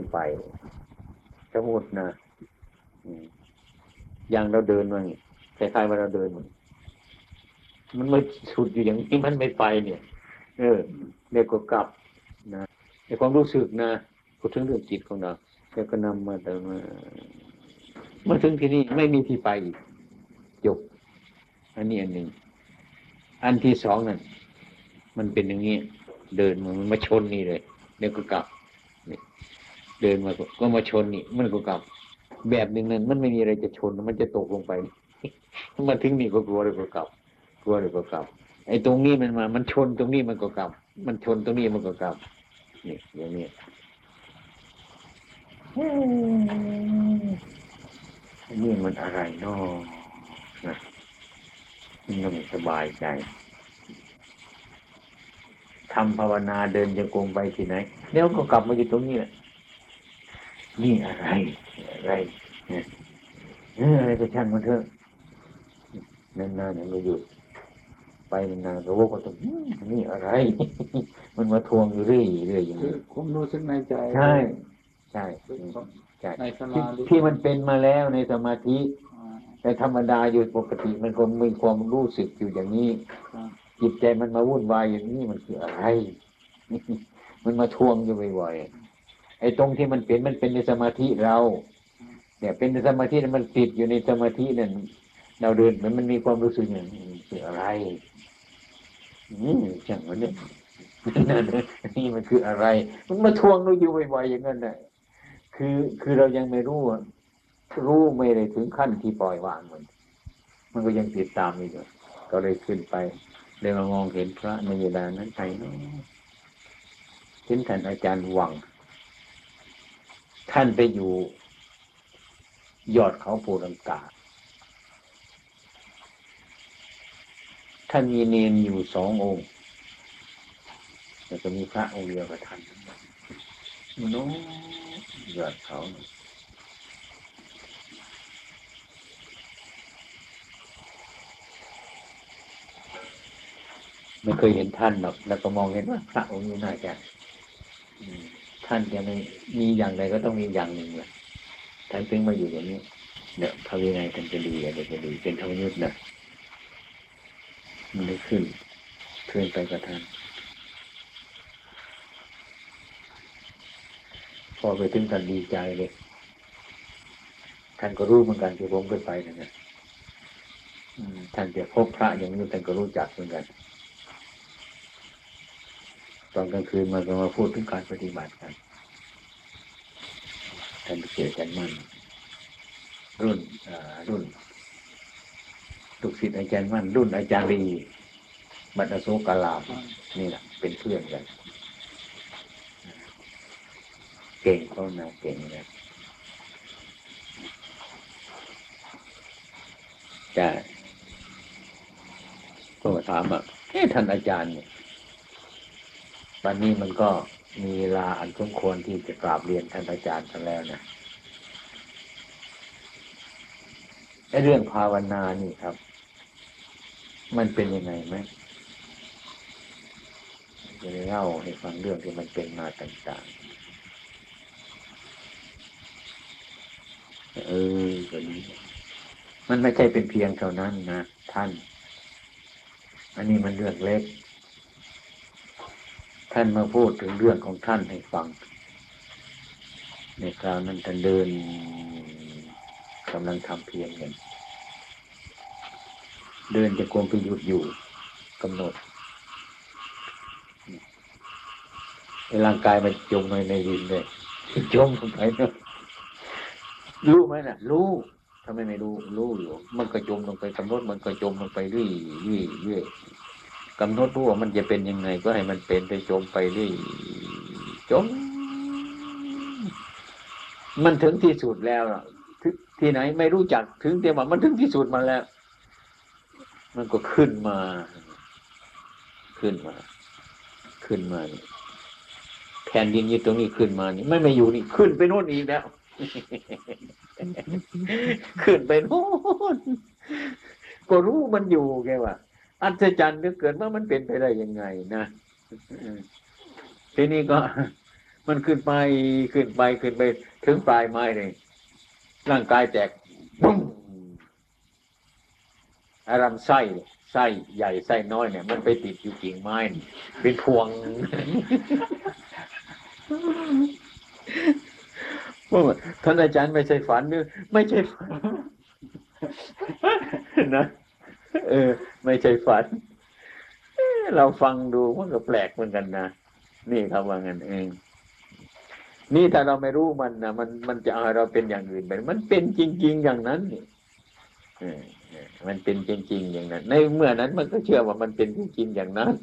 ไปสมมตินะอย่างเราเดินมานี่คล้ายๆว่าเราเดินมันไม่สุดอยู่อย่างนี้มันไม่ไปเนี่ยเรียกว่ากลับนะในความรู้สึกนะพูดถึงเรื่องจิตของเราแล้วก็นำมาแต่มาถึงที่นี่ไม่มีที่ไปอีกจบอันนี้อันหนึ่งอันที่สองนั่นมันเป็นอย่างนี้เดินมันมาชนนี่เลยเดี๋ยวก็กลับนี่เดินมาก็มาชนนี่มันก็กลับแบบหนึ่งนั้นมันไม่มีอะไรจะชนมันจะตกลงไปมาถึงนี่ก็กลัวเลยก็กลับกลัวเลยก็กลับไอ้ตรงนี้มันมามันชนตรงนี้มันก็กลับมันชนตรงนี้มันก็กลับนี่อย่างนี้นี่มันอะไรเนาะนะมันไม่สบายใจทำภาวนาเดินจงกรมไปที่ไหนเดี๋ยวก็กลับมาอยู่ตรงนี้แหละนี่อะไรอะไรเนี่ยอะไรก็ช่างมันเถอะนานๆเนี่ยมาอยู่ไปนานๆก็ว่าก็ต้องนี่อะไร มันมาทวงอยู่เรื่อยเรื่อยอย่างนี้ผมรู้สึกในใจใช่ใช่ใช่ที่มันเป็นมาแล้วในสมาธิแต่ธรรมดาอยู่ปกติมันคงมีความรู้สึกอยู่อย่างนี้จิตใจมันมาวุ่นวายอย่างนี้มันคืออะไรมันมาทวงอยู่บ่อยๆไอ้ตรงที่มันเป็นในสมาธิเราเนี่ยเป็นในสมาธิมันติดอยู่ในสมาธินั่นเราเดินมันมีความรู้สึกอย่างนี้คืออะไรจังวะเนี่ยนั่นนี่มันคืออะไรมันมาทวงเราอยู่บ่อยๆอย่างนั้นน่ะคือเรายังไม่รู้รู้ไม่ได้ถึงขั้นที่ปล่อยวางมันก็ยังติดตามอยู่ก็เลยขึ้นไปเลยมามองเห็นพระในเวลานั้นใครเนาะเห็นท่านอาจารย์วังท่านไปอยู่ยอดเขาปูรังกาท่านมีเนนอยู่2 องค์แล้วก็มีพระองค์เดียวกับท่านโน้ยอดเขาไม่เคยเห็นท่านหรอกแล้วก็มองเห็นว่าพระองค์นี้น่าจะท่านจะไม่มีอย่างใดก็ต้องมีอย่างหนึ่งแหละท่านเพิ่งมาอยู่อย่างนี้เนี่ยพระวินัยท่านจะดีอะไรจะดีเป็นธรรมยุทธ์นะมันได้ขึ้นไปกับท่านพอไปถึงท่านดีใจเลยท่านก็รู้เหมือนกันที่ผมเคยไปนั่นนะท่านจะพบพระอย่างนี้ท่านก็รู้จักเหมือนกันตอนกลางคืนมันก็มาพูดถึงการปฏิบัติกันท่านเกิดกันมั่นรุ่นลูกศิษย์อาจารย์มั่นรุ่นอาจารย์ลีบัตรโสกลาภนี่แหละเป็นเพื่อนกันเก่งเขานะเก่งเลยจะก็ถามท่านอาจารย์เนี่ยวันนี้มันก็มีเวลาอันสมควรที่จะกราบเรียนท่านอาจารย์กันแล้วนะไอ้เรื่องภาวนานี่ครับมันเป็นยังไงไหมจะได้เล่าให้ฟังเรื่องที่มันเป็นมาต่างๆก็ดีมันไม่ใช่เป็นเพียงเท่านั้นนะท่านอันนี้มันเรื่องเล็กท่านมาพูดถึงเรื่องของท่านให้ฟังในคราวนั้นท่านเดินกำลังทำเพียรกันเดินจะกลมไปหยุดอยู่กำหนดร่างกายมันจมในดินเลยจมลงไปนะรู้ไหมน่ะรู้ทำไมไม่รู้อยู่มันก็จมลงไปกำหนดมันก็จมลงไปเรื่อยกำหนดรู้ว่ามันจะเป็นยังไงก็ให้มันเป็นไปจมไปเรื่อยจมมันถึงที่สุดแล้วที่ไหนไม่รู้จักถึงแต่ว่ามันถึงที่สุดมาแล้วมันก็ขึ้นมานี่แผ่นดินอยู่ตรงนี้ขึ้นมานี่ไม่อยู่นี่ขึ้นไปโน่นอีกแล้วขึ้นไปโน่นก็รู้มันอยู่แกว่าอัศจรรย์เหลือเกินว่ามันเป็นไปได้ยังไงนะทีนี้ก็มันขึ้นไปขึ้นไปขึ้นไปถึงปลายไม้เลยร่างกายแตกปุ้งอารมณ์ไส้ใหญ่ไส้น้อยเนี่ยมันไปติดอยู่กิ่งไม้เป็นพวงท่านอาจารย์ไม่ใช่ฝันนึกไม่ใช่ฝันนะไม่ใช่ฝันเราฟังดูมันก็แปลกเหมือนกันนะนี่ครับว่างั้นเองนี่ถ้าเราไม่รู้มันนะมันจะเอาเราเป็นอย่างอื่นไปมันเป็นจริงๆอย่างนั้นนี่มันเป็นจริงๆอย่างนั้นในเมื่อนั้นมันก็เชื่อว่ามันเป็นจริงๆอย่างนั้น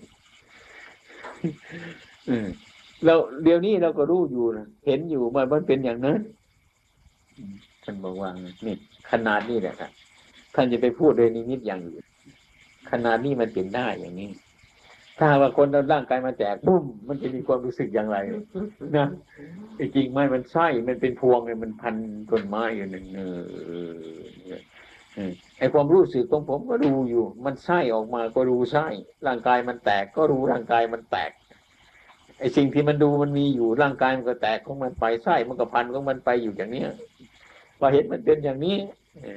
เราเดี๋ยวนี้เราก็รู้อยู่นะเห็นอยู่มันเป็นอย่างนั้นท่านบอกว่านี่ขนาดนี้แหละครับท่านจะไปพูดโดยนิมิตอย่างอื่นขนาดนี้มันเป็นได้อย่างนี้ถ้าว่าคนเราร่างกายมาแตกปุ้มมันจะมีความรู้สึกอย่างไรนะจริงไหมมันไส้มันเป็นพวงเลยมันพันต้นไม้อยู่หนึ่งไอ้ความรู้สึกของผมก็ดูอยู่มันไส้ออกมาก็รู้ไส้ร่างกายมันแตกก็รู้ร่างกายมันแตกไอ้สิ่งที่มันดูมันมีอยู่ร่างกายมันก็แตกของมันไปไส้มันก็พันของมันไปอยู่อย่างเนี้ยว่าเห็นมันเป็นอย่างนี้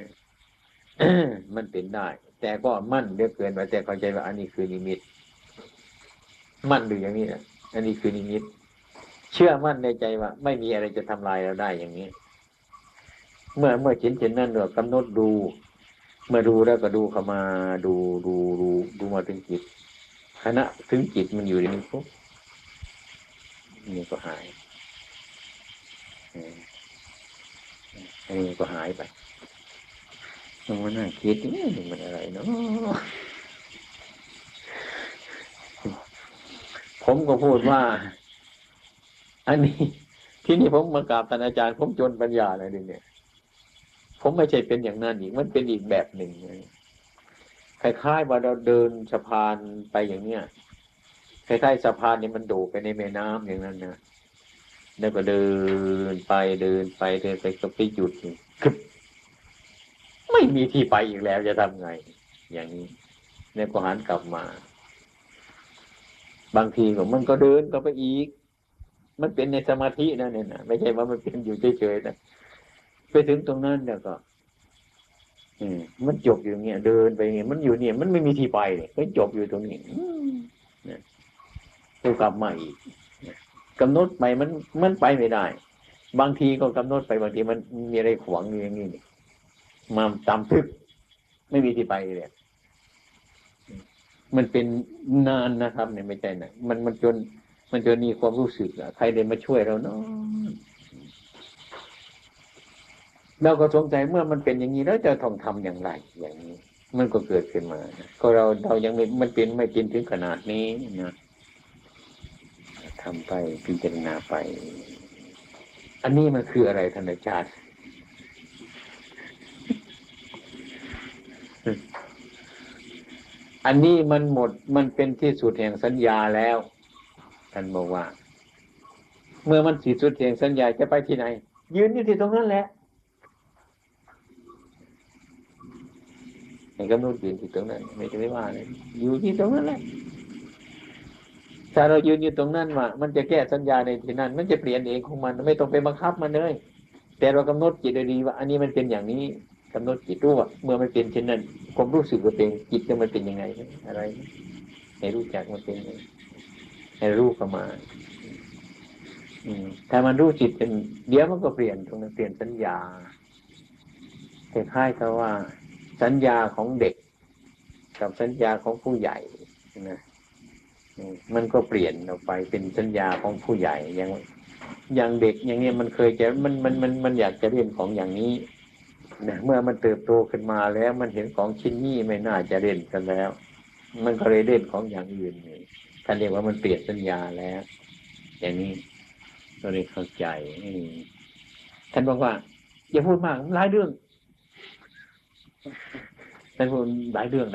มันเป็นได้แต่ก็มั่นเยอะเกินไปแต่เข้าใจว่าอันนี้คือนิมิตมั่นดูอย่างนี้นะอันนี้คือนิมิตเชื่อมั่นในใจว่าไม่มีอะไรจะทำลายเราได้อย่างนี้เมื่อเช่นนั้นเรากำหนดดูเมื่อดูแล้วก็ดูเข้ามาดูมาถึงจิตขณะถึงจิตมันอยู่ในนี้ปุ๊บนี่ก็หายอันนี้ก็หายไปมันน่าคิดนี่มันอะไรเนาะผมก็พูดว่าอันนี้ที่นี่ผมมากราบท่านอาจารย์ผมจนปัญญาอะไรเนี่ยผมไม่ใช่เป็นอย่างนั้นอีกมันเป็นอีกแบบหนึ่งคล้ายๆว่าเราเดินสะพานไปอย่างเนี้ยคล้ายๆสะพานนี่มันโดดไปในแม่น้ำอย่างนั้นนะแล้วก็เดินไปก็ไปหยุดคือไม่มีที่ไปอีกแล้วจะทำไงอย่างนี้แล้วก็หันกลับมาบางทีก็มันก็เดินก็ไปอีกมันเป็นในสมาธินะเนี่ยนะไม่ใช่ว่ามันเป็นอยู่เฉยๆนะไปถึงตรงนั้นแล้วก็มันจบอยู่เงี้ยเดินไปเงี้ยมันอยู่เนี่ยมันไม่มีที่ไปเลยก็จบอยู่ตรงนี้นะก็กลับมาอีกกำหนดไปมันไปไม่ได้บางทีก็กำหนดไปบางทีมันมีอะไรขวางอยู่อย่างนี้มาตามทึกไม่มีที่ไปเลยมันเป็นนานนะครับเนี่ยไม่ใช่นะมันจนมีความรู้สึกอะใครเดินมาช่วยเราเนาะเราก็สงสัยเมื่อมันเป็นอย่างนี้แล้วจะต้องทำอย่างไรอย่างนี้มันก็เกิดขึ้นมาก็เรายังไม่มันเป็นไม่เป็นถึงขนาดนี้นะทำไปพิจารณาไปอันนี้มันคืออะไรท่านอาจารย์อันนี้มันหมดมันเป็นที่สุดแห่งสัญญาแล้วท่านบอกว่าเมื่อมันที่สุดแห่งสัญญาจะไปที่ไหนยืนอยู่ที่ตรงนั้นแหละให้กำหนดยืนที่ตรงนั้นไม่จะไม่ว่าเลยอยู่ที่ตรงนั้นแหละถ้าเรายืนอยู่ตรงนั้นว่ามันจะแก้สัญญาในที่นั้นมันจะเปลี่ยนเองของมันไม่ต้องไปบังคับมันเลยแต่เรากำหนดจิตดีว่าอันนี้มันเป็นอย่างนี้กำหนดจิตรู้ว่าเมื่อมันเป็นเช่นนั้นความรู้สึกว่าเป็นจิตมันเป็นยังไงอะไรให้รู้จักมันเป็นให้รู้เข้ามาถ้ามันรู้จิตเป็นเดี๋ยวมันก็เปลี่ยนตรงนั้นเปลี่ยนสัญญาคล้ายๆกับว่าสัญญาของเด็กกับสัญญาของผู้ใหญ่นะมันก็เปลี่ยนออกไปเป็นสัญญาของผู้ใหญ่อย่างเด็กอย่างเนี้ยมันเคยจะมันอยากจะเล่นของอย่างนี้นะเมื่อมันเติบโตขึ้นมาแล้วมันเห็นของชิ้นนี้ไม่น่าจะเล่นกันแล้วมันก็เลยเล่นของอย่างอื่นนี่ท่านเรียกว่ามันเปลี่ยนสัญญาแล้วอย่างนี้ก็เลยเข้าใจท่านบอกว่าอย่าพูดมากหลายเรื่องท่านพูดหลายเรื่อง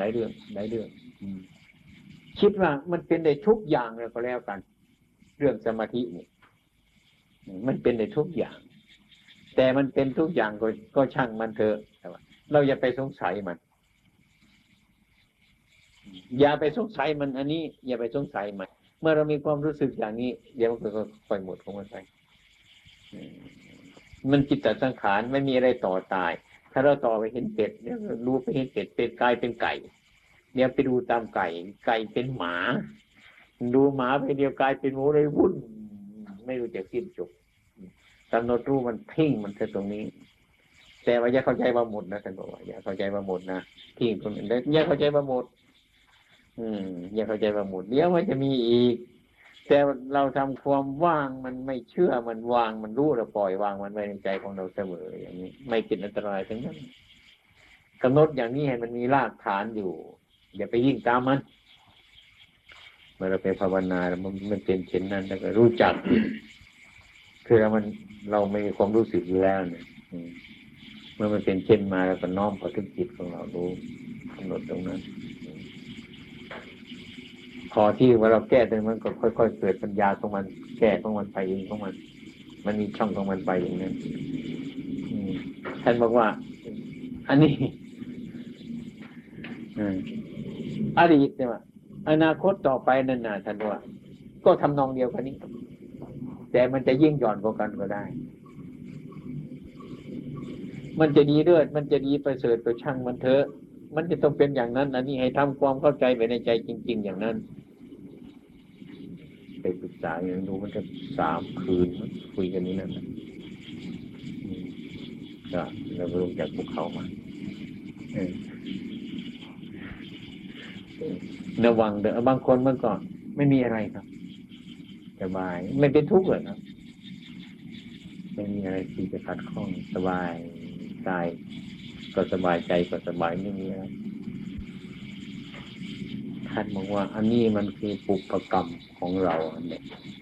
คิดว่ามันเป็นได้ทุกอย่างเลยก็แล้วกันเรื่องสมาธินี่มันเป็นได้ทุกอย่างแต่มันเป็นทุกอย่างก็ช่างมันเถอะเราอย่าไปสงสัยมันอย่าไปสงสัยมันอันนี้อย่าไปสงสัยมันเมื่อเรามีความรู้สึกอย่างนี้เดี๋ยวมันก็ค่อยหมดของมันไปมันจิตตสังขารไม่มีอะไรต่อตายถ้าเราต่อไปเห็นเป็ดเนี่ยรู้ไปเห็นเป็ดเป็ดกลายเป็นไก่เนี่ยไปดูตามไก่ไก่เป็นหมาดูหมาไปเดียวกลายเป็นหมูเลยวุ่นไม่รู้จะสิ้นจบกำหนดรู้มันทิ้งมันแค่ตรงนี้แต่ว่าอย่าเข้าใจว่าหมดนะท่านบอกว่าอย่าเข้าใจว่าหมดนะทิ้งตรงนี้อย่าเข้าใจว่าหมดอย่าเข้าใจว่าหมดเดี๋ยวมันจะมีอีกแต่เราทำความว่างมันไม่เชื่อมันวางมันรู้เราปล่อยวางมันไว้ในใจของเราเสมออย่างนี้ไม่เป็นอันตรายทั้งนั้นกำหนดอย่างนี้ให้มันมีรากฐานอยู่อย่าไปยิ่งตามมันเมื่อเราไปภาวนามันเป็นเช่นนั้นแล้วก็รู้จักคือเราไม่มีความรู้สึกอยู่แล้วเนี่ยเมื่อมันเป็นเช่นมาแล้วก็น้อมเข้าถึงจิตของเรารู้กำหนดตรงนั้นพอที่ว่าเราแก้ตรงนั้นก็ค่อยๆเกิดปัญญาของมันแก้ของมันไปเองของมันมีช่องของมันไปอย่างนั้นท่านบอกว่าอันนี้อดีตเนี่ยอนาคตต่อไปนั่นน่ะท่านว่าก็ทำนองเดียวกันนี้แต่มันจะยิ่งหย่อนกว่ากันก็ได้มันจะดีเลิศมันจะดีประเสริฐก็ช่างมันเถอะมันจะต้องเป็นอย่างนั้นอันนี้ให้ทำความเข้าใจไปในใจจริงๆอย่างนั้นไปปรึกษาอย่างดูมันจะ3 คืนคุยกันนี้นั่นก็เราลงจากภูเขามาระวังเด้อบางคนมันก็ไม่มีอะไรครับสบายไม่เป็นทุกข์เลยครับไม่มีอะไรที่จะขัดข้องสบายกายก็สบายใจก็สบายไม่มีอะไรท่านบอกว่าอันนี้มันคือปุพพกรรมของเราเนี่ย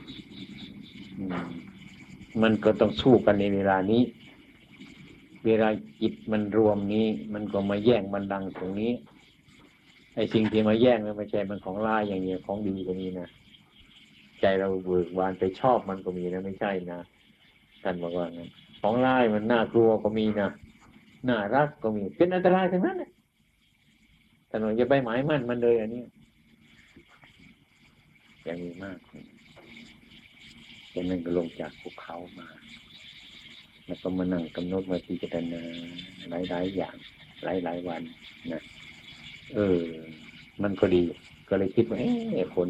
มันก็ต้องสู้กันในเวลานี้เวลาจิตมันรวมนี้มันก็มาแย่งบัลลังก์ตรงนี้ไอ้สิ่งที่มาแย่งนั้นไม่ใช่มันของร้ายอย่างเดียวของดีก็มีนะใจเราเบิกบานไปชอบมันก็มีนะไม่ใช่นะท่านบอกว่างั้นของร้ายมันน่ากลัวก็มีนะน่ารักก็มีเป็นอันตรายทั้งนั้นท่านบอกอย่าไปหมายมั่นมันเลยอันนี้อย่างนี้มากอย่างนั้นก็ลงจากภูเขามาแล้วก็มานั่งกำหนดมาพิจารณาหลายๆอย่างหลายๆวันนะมันก็ดีก็เลยคิดว่าคน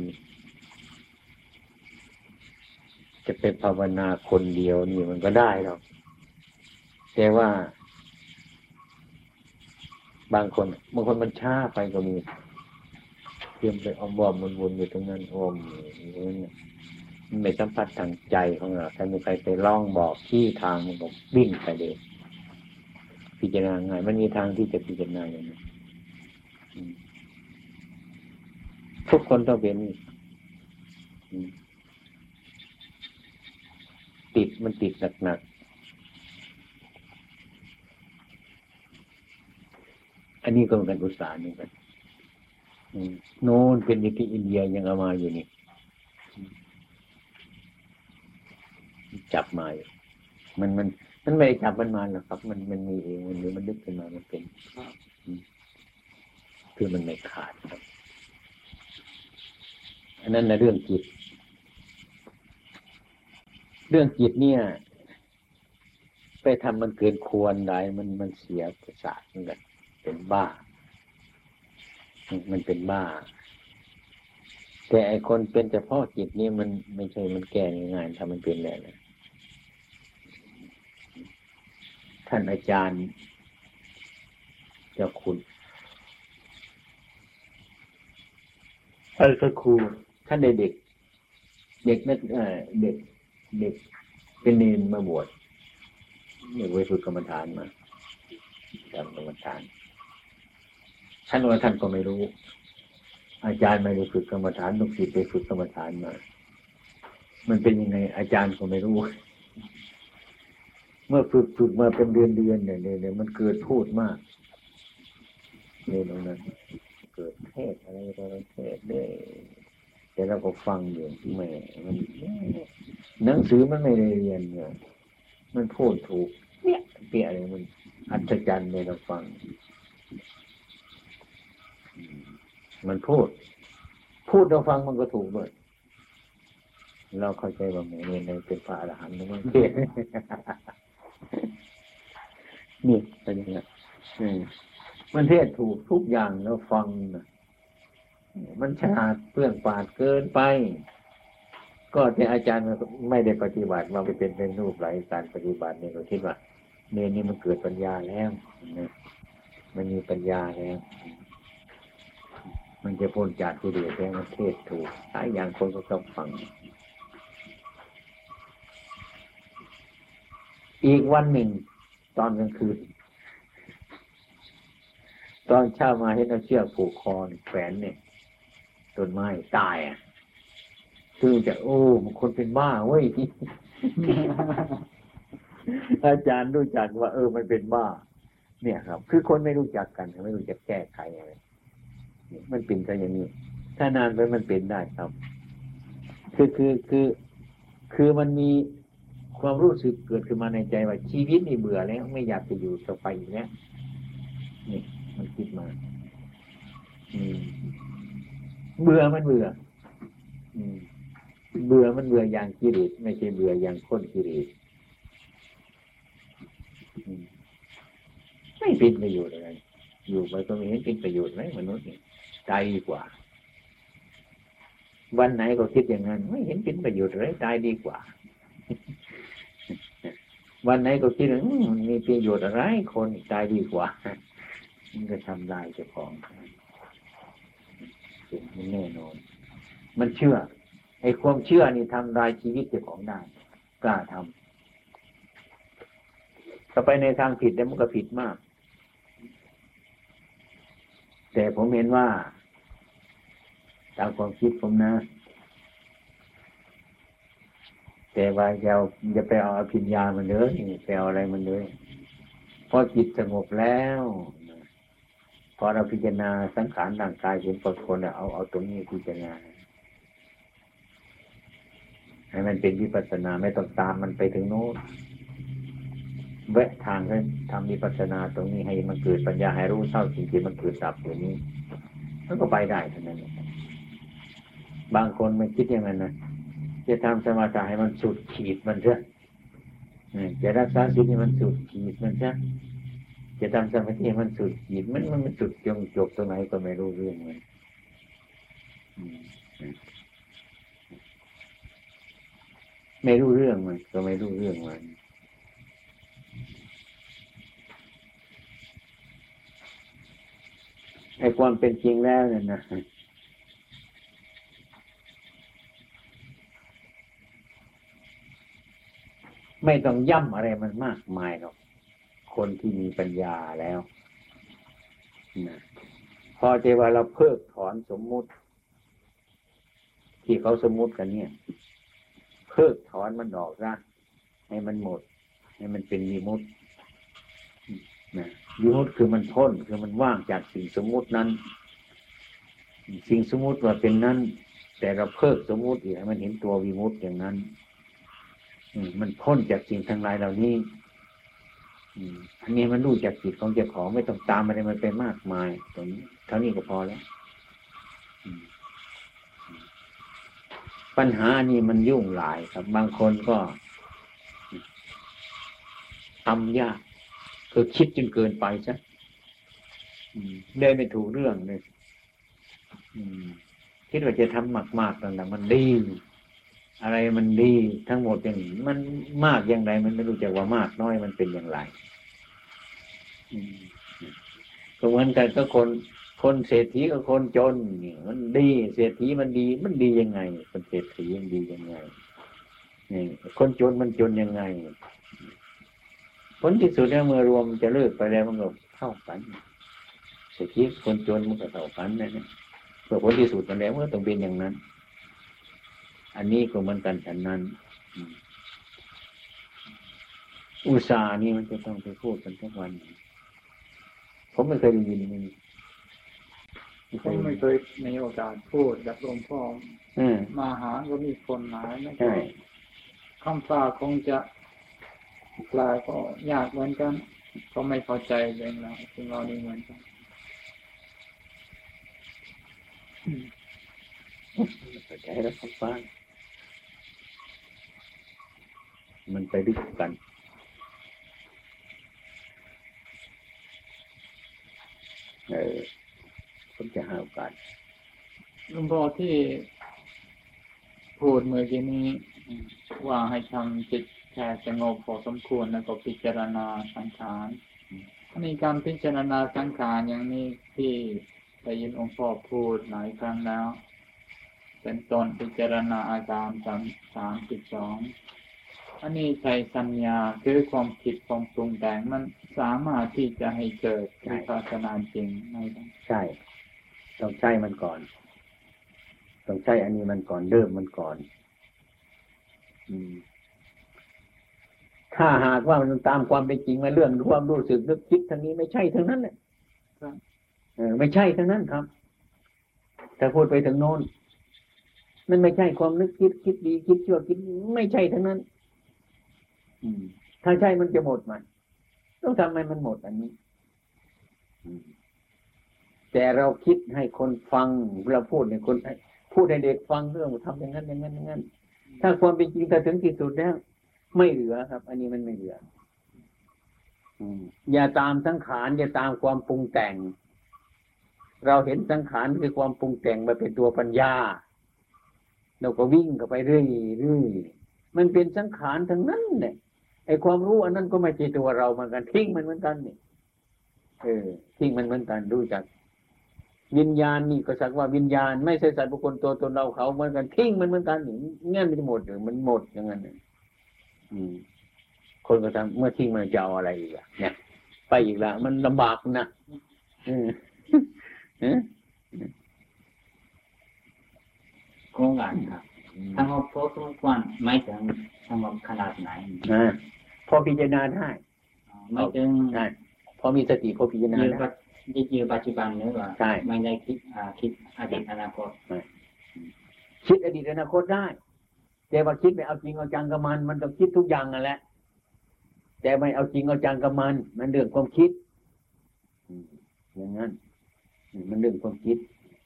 จะไปภาวนาคนเดียวนี่มันก็ได้หรอกแต่ว่าบางคนมันช้าไปก็มีเตรียมไปอ้อมวอมวนๆอยู่ตรงนั้นอ้อมมันไม่สัมผัสทางใจของเราถ้ามีใครไปล่องบอกที่ทางมันก็วิ่งไปเลยพิจารณาง่ายมันมีทางที่จะพิจารณาอย่างนี้ทุกคนต้องเป็นติดหนักอันนี้ก็เป็นอุตสาหนึ่งกันโน้นเป็นที่อินเดียยังเอามาอยู่นี่จับมามันไม่ได้จับมันมาหรอกครับมันมีเองมันนึกขึ้นมามันเป็นคือมันไม่ขาดครับอันนั้นนะเรื่องจิตเนี่ยไปทำมันเกินควรได้มันเสียประสาทเหมือนกันเป็นบ้ามันเป็นบ้าแต่ไอคนเป็นเฉพาะจิตนี่มันไม่ใช่มันแก้ง่ายๆถ้ามันเป็นแล้วนะท่านอาจารย์เจ้าคุณพระครูท่านเด็กนักเด็กเป็นเนรมาบวชไว้ฝึกกรรมฐานมาทำกรรมฐานท่านว่าท่านก็ไม่รู้อาจารย์ไม่ได้ฝึกกรรมฐานลูกศิษย์ไปฝึกกรรมฐานมามันเป็นยังไงอาจารย์ก็ไม่รู้เมื่อฝึกมาเป็นเดือนเนี่ยมันเกิดพูดมากในตรงนั้นเกิดเทศอะไรเทศได้แต่เราก็ฟังอยู่แม่มันหนังสือมันไม่ได้เรียนเนี่ยมันพูดถูกเนี่ยเปียอะไรมันอัศจรรย์เลยเราฟังมันพูดเราฟังมันก็ถูกด้วยเราเข้าใจว่าหมู่นี้เป็นพระอรหันต์มันเทศนี่เป็นอย่างนี้มันเทศถูกทุกอย่างแล้วฟังนะมันฉลาดเปลื้องปราดเกินไปก็ที่อาจารย์ไม่ได้ปฏิบัติมาไปเป็นรูปไหลการปฏิบัติเนี่ยเราคิดว่าเนรนี่มันเกิดปัญญาแล้วนะมันมีปัญญาแล้วมันจะพ้นจากกิเลสแล้วมันเทศถูกหลายอย่างคนก็ต้องฟังอีกวันหนึ่งตอนกลางคืนตอนเช้ามาเห็นเอาเชือกผูกคอแขวนเนี่ยต้นไม้ตายอ่ะคือจะโอ้มันคนเป็นบ้าเว้ย อาจารย์รู้จักว่ามันเป็นบ้าเนี่ยครับคือคนไม่รู้จักกันไม่รู้จักแก้ไขอะไรมันเป็นกันอย่างนี้ถ้านานไปมันเป็นได้ครับคือมันมีความรู้สึกเกิดขึ้นมาในใจว่าชีวิตนี่เบื่อแล้วไม่อยากจะอยู่ต่อไปอีกแล้วนี่มันคิดมาเบื่อมันเบื่อเบื่อมันเบื่ออย่างกิเลสไม่ใช่เบื่ออย่างคนกิเลสไม่เป็นประโยชน์อะไรอยู่ไปก็ไม่เห็นเป็นประโยชน์ไหมมนุษย์นี่ตายดีกว่าวันไหนก็คิดอย่างนั้นไม่เห็นเป็นประโยชน์อะไรตายดีกว่าวันไหนก็คิดว่ามีประโยชน์อะไรคนตายดีกว่ามันก็ทำลายเจ้าของมันแน่นอนมันเชื่อไอ้ความเชื่อนี่ทำลายชีวิตเจ้าของได้กล้าทำถ้าไปในทางผิดแล้วมันก็ผิดมากแต่ผมเห็นว่าตามความคิดผมนะแต่ว่าอย่าไปเอาอภิญญามันเลยไปเอาอะไรมันเลยพอจิตสงบแล้วพอเราพิจารณาสังขารร่างกายเห็นปรากฏเอาตรงนี้พิจารณาให้มันเป็นวิปัสสนาไม่ต้องตามมันไปถึงโน้นแวะทางให้ทำวิปัสสนาตรงนี้ให้มันเกิดปัญญาให้รู้เท่าสิ่งที่มันเกิดดับอยู่นี้มันก็ไปได้เท่านั้นบางคนไม่คิดอย่างนั้นนะจะทำสมาธิให้มันสุดขีดมันเถอะจะรักษาศีลให้มันสุดขีดมันเถอะจะทำสมาธิให้มันสุดขีดมันสุดจบตรงไหนก็ไม่รู้เรื่องมันไม่รู้เรื่องมันก็ไม่รู้เรื่องมันไอ้ความเป็นจริงแล้วเนี่ยนะไม่ต้องย่ำอะไรมันมากมายหรอกคนที่มีปัญญาแล้วนะพอที่ว่าเราเพิกถอนสมมุติที่เขาสมมุติกันเนี่ยเพิกถอนมันออกซะให้มันหมดให้มันเป็นวิมุตตินะวิมุตติคือมันพ้นคือมันว่างจากสิ่งสมมุตินั้นสิ่งสมมุติว่าเป็นนั้นแต่เราเพิกสมมุติอีกให้มันเห็นตัววิมุตติอย่างนั้นมันพ้นจากสิ่งทั้งหลายเหล่านี้อันนี้มันรู้จากจิตของเจ้าของไม่ต้องตามอะไรมันไปมากมายตรงนี้เท่านี้ก็พอแล้วปัญหานี้มันยุ่งหลายครับบางคนก็ทำยากคือคิดจนเกินไปซะได้ไม่ถูกเรื่องเลยคิดว่าจะทำมากๆต่างๆมันดีอะไรมันดีทั้งหมดอย่างนี้มันมากอย่างไรมันไม่รู้จักว่ามากน้อยมันเป็นอย่างไรก็เหมือนกันก็คนเศรษฐีกับคนจนนี่มันดีเศรษฐีมันดียังไงคนเศรษฐีมันดียังไงนี่คนจนมันจนยังไงผลที่สุดแล้วเมื่อรวมจะเลิกไปแล้วมันก็เท่ากันเศรษฐีคนจนมันก็เท่ากันนะเพื่อผลที่สุดมันแล้วมันก็ต้องเป็นอย่างนั้นอันนี้ก็เหมือนกันฉันนั้นอุตสาห์นี่มันจะต้องไปพูดกันทุกวันผมไม่เคยได้ยินมันผมไม่เคยมีโอกาสพูดแบบหลวงพ่อมาหาก็มีคนหาไม่ใช่คำฝากคงจะกลายก็ยากเหมือนกันก็ไม่เข้าใจเองเราซึ่งเรานี่เหมือนกันเข้าใจแล้วคำฟังมันไปลึกกันผมจะหาโอกาสหลวงพ่อที่พูดเมื่อกี้นี้ว่าให้ทำจิตแค่สงบพอสมควรแล้วก็พิจารณาสังขารอันนี้การพิจารณาสังขารอย่างนี้ที่ได้ยินองค์พ่อพูดหลายครั้งแล้วเป็นต้นพิจารณาอาการ32อันนี้ใช้สัญญาคือความคิดความปรุงแต่งมันสามารถที่จะให้เกิดวิปัสสนาจริงไหมครับใช่ต้องใช้มันก่อนต้องใช้อันนี้มันก่อนเริ่มมันก่อนถ้าหากว่ามันตามความเป็นจริงมาเรื่องความรู้สึกนึกคิดทางนี้ไม่ใช่ทั้งนั้นแหละไม่ใช่ทั้งนั้นครับถ้าพูดไปถึงโน้นมันไม่ใช่ความนึกคิดคิดดีคิดชั่วคิดไม่ใช่ทั้งนั้นถ้าใช่มันจะหมดมันต้องทำให้มันหมดอันนี้แต่เราคิดให้คนฟังเราพูดให้คนพูดให้เด็กฟังเรื่องทำอย่างนั้นอย่างนั้นอย่างนั้นถ้าความเป็นจริงถ้าถึงที่สุดแล้วไม่เหลือครับอันนี้มันไม่เหลืออย่าตามสังขารอย่าตามความปรุงแต่งเราเห็นสังขารคือความปรุงแต่งมาเป็นตัวปัญญาเราก็วิ่งเข้าไปเรื่อยๆมันเป็นสังขารทั้งนั้นเนี่ยไอ้ความรู้อันนั้นก็ไม่ใช่ตัวเราเหมือนกันทิ้งมันเหมือนกันนี่ทิ้งมันเหมือนกันรู้จักวิญญาณนี่ก็สักว่าวิญญาณไม่ใช่สัตว์บุคคลตัวตนเราเขาเหมือนกันทิ้งมันเหมือนกันนี่งั้นมันหมดหรือมันหมดอย่างนั้นคนก็ทำเมื่อทิ้งมันจะเอาอะไรอีกเนี่ยไปอีกแล้วมันลำบากนะโครงการครับสงบพอสมควรไม่ถึงสงบขนาดไหนพอพิจารณาได้ไม่ถึงพอมีสติพอพิจารณาได้อยู่ปัจจุบันหรือว่าไม่ได้คิดอดีตอนาคตคิดอดีตอนาคตได้แต่ว่าคิดไม่เอาจริงเอาจังกับมันต้องคิดทุกอย่างนั่นแหละแต่ไม่เอาจริงเอาจังกับมันเรื่องความคิดอย่างนั้นมันเรื่องความคิด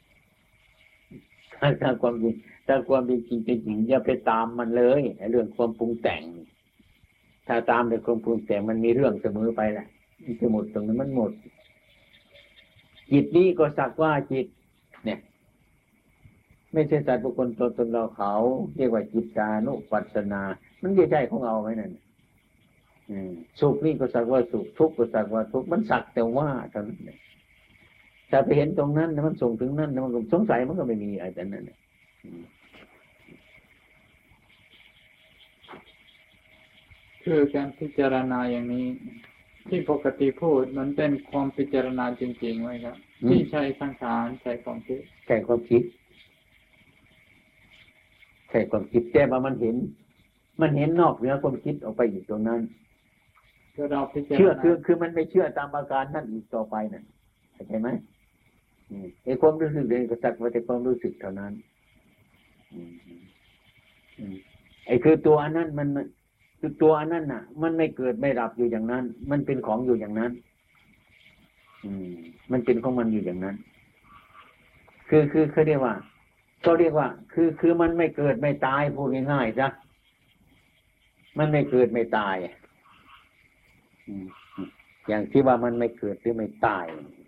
ถ้าความจริงถ้าความเป็นจริงเป็นจริงอย่าไปตามมันเลยเรื่องความปรุงแต่งถ้าตามแต่ความปรุงแต่งมันมีเรื่องเสมอไปแหละมันจะหมดตรงนั้นมันหมดจิตนี้ก็สักว่าจิตเนี่ยไม่ใช่สัตว์บุคคลตัวตนเราเขาเรียกว่าจิตตานุปัสสนามันไม่ใช่ของเราไหมนั่นสุขนี่ก็สักว่าสุขทุกข์ก็สักว่าทุกข์มันสักแต่ว่าเท่านั้นถ้าไปเห็นตรงนั้นมันส่งถึงนั้นมันก็สงสัยมันก็ไม่มีอะไรแต่นั้นคือการพิจารณาอย่างนี้ที่ปกติพูดมันเป็นความพิจารณาจริงๆไหมครับที่ใช้สังขารใช้ความคิดใช้ความคิดใช่ความคิดแต่ว่ามันเห็นนอกเหนือความคิดออกไปอยู่ตรงนั้นเชื่อคือมันไม่เชื่อตามอาการนั่นอีกต่อไปนั่นเข้าใจไหมไอ้ความรู้สึกเองก็สักว่าแต่ความรู้สึกเท่านั้นไอ้คือตัวอันนั้นมันคือตัวอันนั้นน่ะมันไม่เกิดไม่ดับอยู่อย่างนั้นมันเป็นของอยู่อย่างนั้นมันเป็นของมันอยู่อย่างนั้นคือเขาเรียกว่าคือมันไม่เกิดไม่ตายพูดง่ายๆจ้ะมันไม่เกิดไม่ตายอย่างที่ว่ามันไม่เกิดหรือไม่ตาย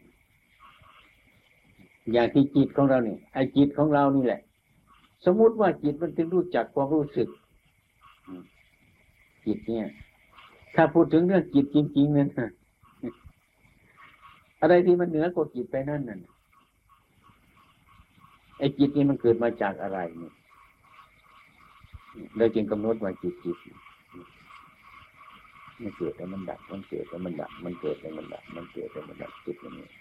อย่างที่จิตของเราเนี่ยไอ้จิตของเรานี่แหละสมมุติว่าจิตมันถึงรู้จักความรู้สึกจิตเนี่ยถ้าพูดถึงเรื่องจิตจริงๆเนี่ยอะไรที่มันเหนือกว่าจิตไปนั่นน่ะไอ้จิตนี่มันเกิดมาจากอะไรเนี่ยเราจึงกำหนดว่าจิตมันเกิดแล้วมันดับมันเกิดแล้วมันดับมันเกิดแล้วมันดับมันเกิดแล้วมันดับจิตอย่างนี้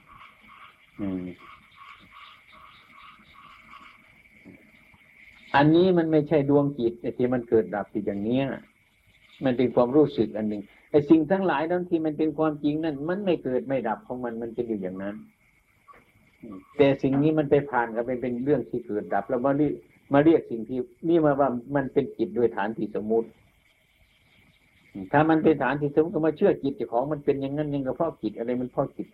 อันนี้มันไม่ใช่ดวงจิตที่มันเกิดดับที่อย่างนี้มันเป็นความรู้สึกอันหนึ่งไอ้สิ่งทั้งหลายนั้นที่มันเป็นความจริงนั่นมันไม่เกิดไม่ดับของมันจะอยู่อย่างนั้นแต่สิ่งนี้มันไปผ่านกันเป็นเรื่องที่เกิดดับแล้วมาเรียกสิ่งที่นี่มาว่ามันเป็นจิตโดยฐานที่สมมุติถ้ามันเป็นฐานที่สมมุติก็มาเชื่อจิตเจ้าของมันเป็นอย่างนั้นยังกับเพราะจิตอะไรมันเพราะจิต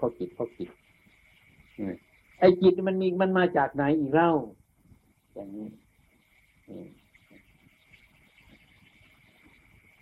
ไอ้จิตมันมาจากไหนอีกเล่าอย่างนี้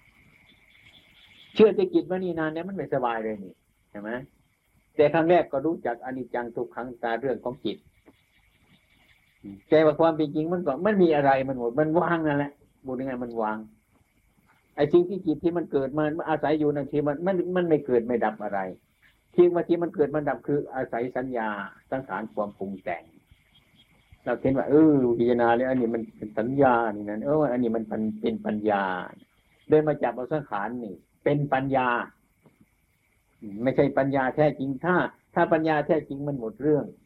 เชื่อใจจิตว่านี่นานเนี่ยมันไม่สบายเลยนี่ใช่ไหมแต่ครั้งแรกก็รู้จักอนิจจังทุกขังตาเรื่องของจิตแต่ว่าความเป็นจริงมันก็มันมีอะไรมันหมดมันว่างนั่นแหละพูดยังไงมันว่างไอ้สิ่งที่จิตที่มันเกิดมันอาศัยอยู่นั่นทีมันไม่เกิดไม่ดับอะไรที่ว่าที่มันเกิดมันดับคืออาศัยสัญญาสังขารความปรุงแต่งเราเห็นว่าพิจารณาแล้วอันนี้มันเป็นสัญญานี่นั่นอันนี้มันเป็นปัญญาเดินมาจับเอาสังขารนี่เป็นปัญญาไม่ใช่ปัญญาแท้จริงถ้าปัญญาแท้จริงมันหมดเรื่อง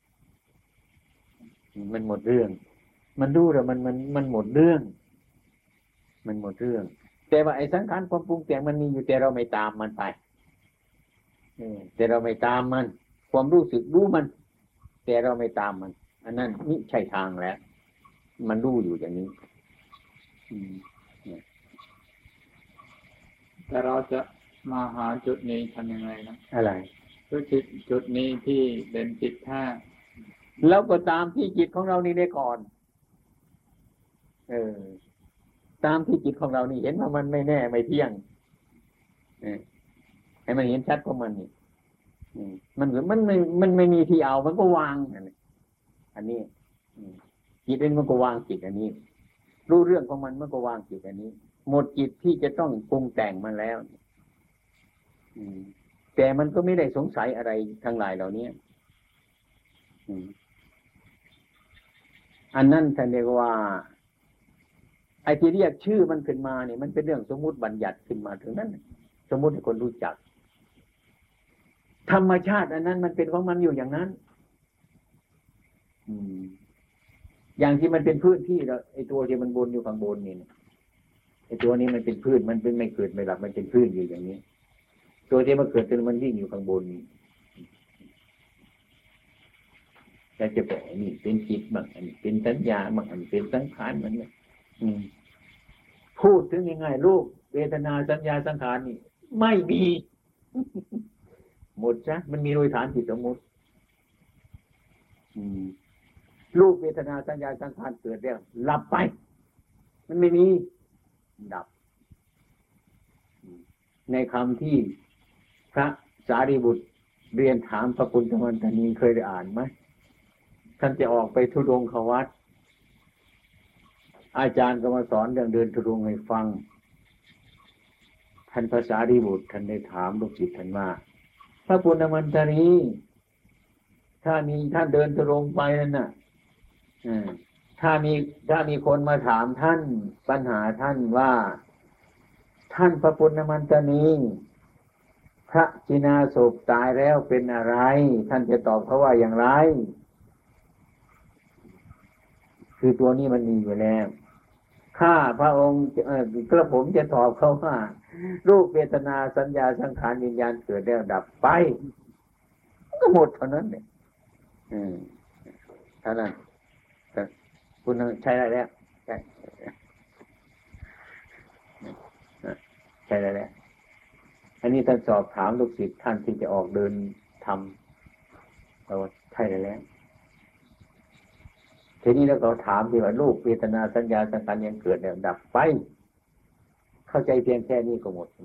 มันหมดเรื่องมันรู้แล้วมันหมดเรื่องมันหมดเรื่องแต่ว่าไอ้สังขารความปรุงแต่งมันมีอยู่แต่เราไม่ตามมันไปแต่เราไม่ตามมันความรู้สึกรู้มันแต่เราไม่ตามมันอันนั้นนี่ใช่ทางแล้วมันรู้อยู่อย่างนี้แต่เราจะมาหาจุดนี้ทำยังไงนะอะไรคือจุดนี้ที่เป็นจิตแท้แล้วก็ตามที่จิตของเรานี่ได้ก่อนตามที่จิตของเรานี่เห็นว่ามันไม่แน่ไม่เที่ยงให้มันเห็นชัดของมันนี่มันไม่มีที่เอามันก็วางอันนี้จิตเองมันก็วางจิตอันนี้รู้เรื่องของมันก็วางจิตอันนี้หมดจิตที่จะต้องปรุงแต่งมันแล้วแต่มันก็ไม่ได้สงสัยอะไรทั้งหลายเหล่านี้อันนั้นท่านเรียกว่าไอ้ที่เรียกชื่อมันขึ้นมาเนี่ยมันเป็นเรื่องสมมุติบัญญัติขึ้นมาถึงนั้นสมมุติให้คนรู้จักธรรมชาติอันนั้นมันเป็นของมันอยู่อย่างนั้นอย่างที่มันเป็นพื้นที่แล้วไอ้ตัวที่มันบนอยู่ข้างบนนี่ไอ้ตัวนี้มันเป็นพื้นมันเป็นไม่เกิดไม่หลับมันเป็นพื้นอยู่อย่างนี้ตัวที่มันเกิดจนมันวิ่งอยู่ข้างบนนี่แต่จะบอกนี่เป็นจิตบ้างอันนี้เป็นสัญญาบ้างอันนี้เป็นสังขารมันเนี่ยพูดถึงยังไงรูปเวทนาสัญญาสังขารนี่ไม่มีหมดซะมันมีโดยฐานจิตสมมติรูปเวทนาสัญญาสังขารเกิดแล้วหลับไปมันไม่มีดับในคำที่พระสารีบุตรเรียนถามพระปุณณวันตานีเคยได้อ่านไหมท่านจะออกไปธุดงควัตรอาจารย์ก็มาสอนเรื่องเดินธุดงค์ให้ฟังท่านพระสารีบุตรท่านได้ถามลูกศิษย์ท่านว่าพระปุณณวันตานีถ้ามีท่านเดินธุดงค์ไปนั่นน่ะถ้ามีคนมาถามท่านปัญหาท่านว่าท่านพระปุณณมันตานีพระจินาศพตายแล้วเป็นอะไรท่านจะตอบเขาว่าอย่างไรคือตัวนี้มันมีอยู่แล้วข้าพระองค์กระผมจะตอบเขาว่ารูปเวทนาสัญญาสังขารวิญญาณเกิดแล้วดับไปก็หมดเท่านั้นเนี่ยเท่านั้นคุณใช้ได้แล้วใช่แล้วอันนี้ท่านสอบถามลูกศิษย์ท่านที่จะออกเดินทำเราใช่แล้วทีนี้แล้วก็ถามที่ว่ารูปเวทนาสัญญาสังขารยังเกิดแล้วดับไปเข้าใจเพียงแค่นี้ก็หมด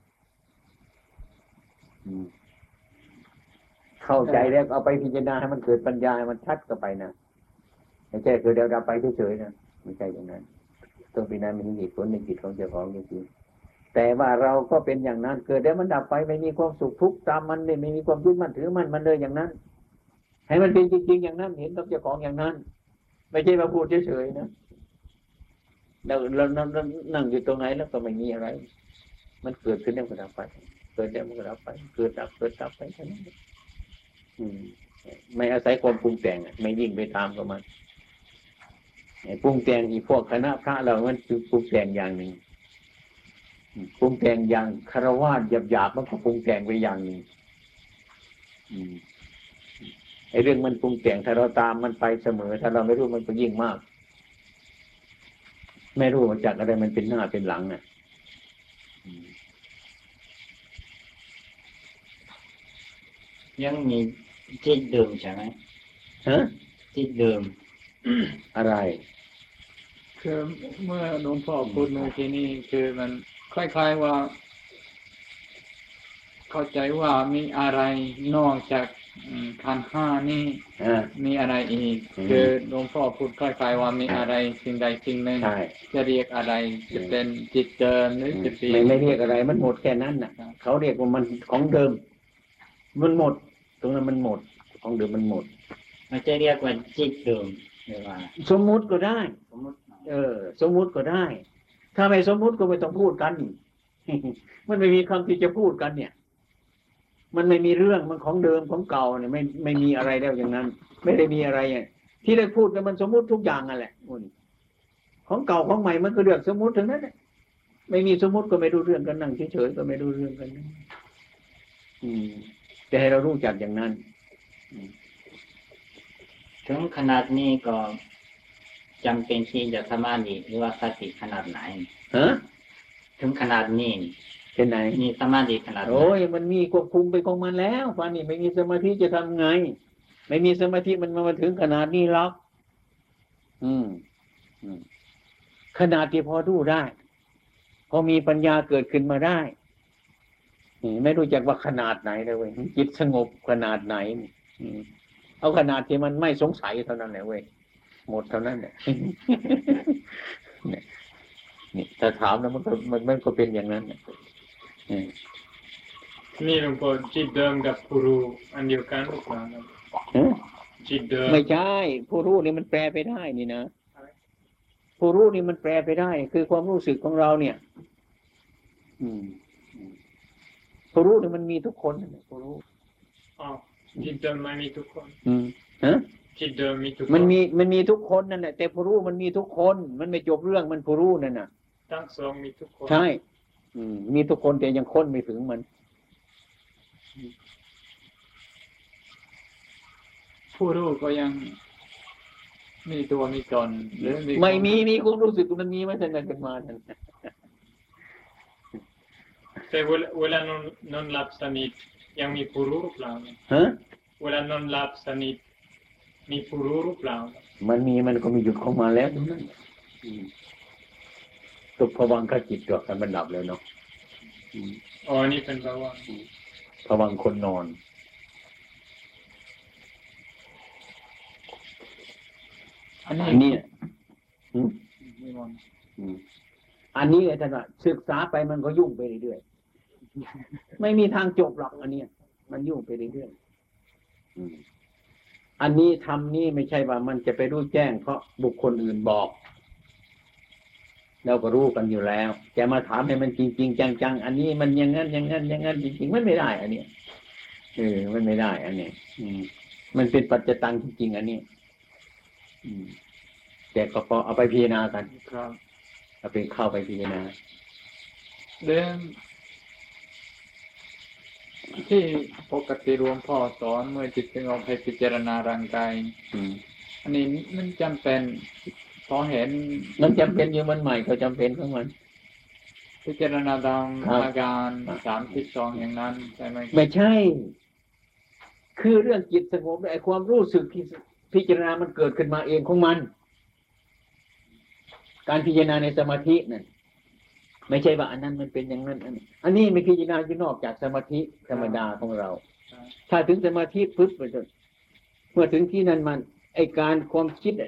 เข้าใจแล้วเอาไปพิจารณาให้มันเกิดปัญญาให้มันชัดเข้าไปนะไม่ใช่คือเดี๋ยวดับไปเฉยๆนะไม่ใช่อย่างนั้นต้องพิจารณามีเหตุผลในจิตของเจ้าของจริงๆแต่ว่าเราก็เป็นอย่างนั้นเกิดแล้วมันดับไปไม่มีความสุขทุกข์ตามมันเลยไม่มีความยึดมั่นถือมันเลยอย่างนั้นให้มันเป็นจริงๆอย่างนั้นเห็นกับเจ้าของอย่างนั้นไม่ใช่มาพูดเฉยๆนะเรานั่งอยู่ตรงไหนแล้วก็ไม่มีอะไรมันเกิดขึ้นแล้วก็ดับไปเกิดแล้วมันก็ดับไปเกิดดับไปแค่นั้นไม่อาศัยความปรุงแต่งไม่ยิ่งไปตามกับมันปรุงแต่งอีพวกคณะพระเรามันคือปรุงแต่งอย่างหนึ่งปรุงแต่งอย่างคฤหัสถ์หยาบๆมันก็ปรุงแต่งไปอย่างหนึ่งไอ้เรื่องมันปรุงแต่งถ้าเราตามมันไปเสมอถ้าเราไม่รู้มันก็ยิ่งมากไม่รู้มาจากอะไรมันเป็นหน้าเป็นหลังน่ะยังมีจิตเดิมใช่ไหมจิตเดิมอะไรคือเมื่อหลวงพ่อพูดเมื่อกี้นี้คือมันคล้ายๆว่าเข้าใจว่ามีอะไรนอกจากขันธ์ห้านี่มีอะไรอีกคือหลวงพ่อพูดคล้ายๆว่ามีอะไรสิ่งใดสิ่งหนึ่งจะเรียกอะไรจะเป็นจิตเดิมหรือจะเป็นไม่เรียกอะไรมันหมดแค่นั้นน่ะเขาเรียกว่ามันของเดิมมันหมดตรงนั้นมันหมดของเดิมมันหมดมันจะเรียกว่าจิตเดิมหรือว่าสมมุติก็ได้สมมุติก็ได้ ถ้าไม่สมมุติก็ไม่ต้องพูดกัน มันไม่มีคำที่จะพูดกันเนี่ยมันไม่มีเรื่องมันของเดิมของเก่าเนี่ยไม่มีอะไรแล้วอย่างนั้นไม่ได้มีอะไรที่ได้พูดกันมันสมมุติทุกอย่างนั่นแหละของเก่าของใหม่มันก็เรื่องสมมุติทั้งนั้นไม่มีสมมุติก็ไม่รู้เรื่องกันนั่งเฉยๆก็ไม่รู้เรื่องกันแต่ให้เรารู้จักอย่างนั้นถึงขนาดนี้ก็จำเป็นที่จะสมาธิหรือว่าสติขนาดไหนถึงขนาดนี้เป็นไหนมีสมาธิขนาดโอ้ยมันมีควบคุมไปของมันแล้วฟ้านี่ไม่มีสมาธิจะทำไงไม่มีสมาธิมันมาถึงขนาดนี้หรอกขนาดที่พอดูได้พอมีปัญญาเกิดขึ้นมาได้ไม่รู้จักว่าขนาดไหนเลยเว้ยจิตสงบขนาดไหนเอาขนาดที่มันไม่สงสัยเท่านั้นแหละเว้ยหมดเท่านั้นแหละนี่ถ้าถามแล้วมันก็เป็นอย่างนั้นนี่หลวงพ่อจิตเดิมกับผู้รู้อันเดียวกันหรือเปล่าจิตเดิมไม่ใช่ผู้รู้นี่มันแปลไปได้นี่นะผู้รู้นี่มันแปลไปได้คือความรู้สึกของเราเนี่ยผู้รู้นี่มันมีทุกคนผู้รู้จิตเดิมมันมีทุกคนจิตเดิมมีทุกคนมันมีทุกคนนั่นแหละแต่ผู้รู้มันมีทุกคนมันไม่จบเรื่องมันผู้รู้นั่นน่ะทั้งสองมีทุกคนใช่มีทุกคนแต่ยังค้นไม่ถึงมันผู้รู้ก็ยังมีตัวมีตนหรือไม่มีความรู้สึกมันมีมาตั้งแต่เกิดมานั่นแต่เวลานอนหลับสนิทยังมีผู้รู้หรือเปล่าเวลานอนหลับสนิทมีผู้รู้หรือเปล่ามันก็มีหยุดของมาแล้วนั่นตุภวังคจิตตัวกันมันหลับแล้วเนาะนี่เป็นภวังภวังคนนอนอันนี้อันนี้ท่านว่าศึกษาไปมันก็ยุ่งไปเรื่อยๆไม่มีทางจบหรอกอันนี้มันยุ่งไปเรื่อยๆอันนี้ทำนี่ไม่ใช่ว่ามันจะไปรู้แจ้งเพราะบุคคลอื่นบอกเราก็รู้กันอยู่แล้วจะมาถามให้มันจริงๆจังๆอันนี้มันอย่างนั้นอย่างนั้นอย่างนั้นจริงๆมันไม่ได้อันนี้มันไม่ได้อันนี้มันเป็นปัจจตังจริงๆอันนี้แต่ก็พอเอาไปพิจารณากันครับเอาไปเข้าไปพิจารณาเรื่องที่ปกติหลวงพ่อสอนเมื่อจิตสงบให้พิจารณาร่างกายอันนี้มันจำเป็นพอเห็นมันจำเป็นอยู่มันใหม่ก็จำเป็นของมันพิจารณาตามอาการ32อย่างนั้นใช่ไหมไม่ใช่คือเรื่องจิตสงบไอ้ความรู้สึกที่พิจารณามันเกิดขึ้นมาเองของมันการพิจารณาในสมาธินั่นไม่ใช่ว่าอันนั้นมันเป็นอย่างนั้นอันนี้ไม่พิจารณาอยู่นอกจากสมาธิธรรมดาของเราถ้าถึงสมาธิปุ๊บเมื่อถึงที่นั้นมันไอ้การความคิด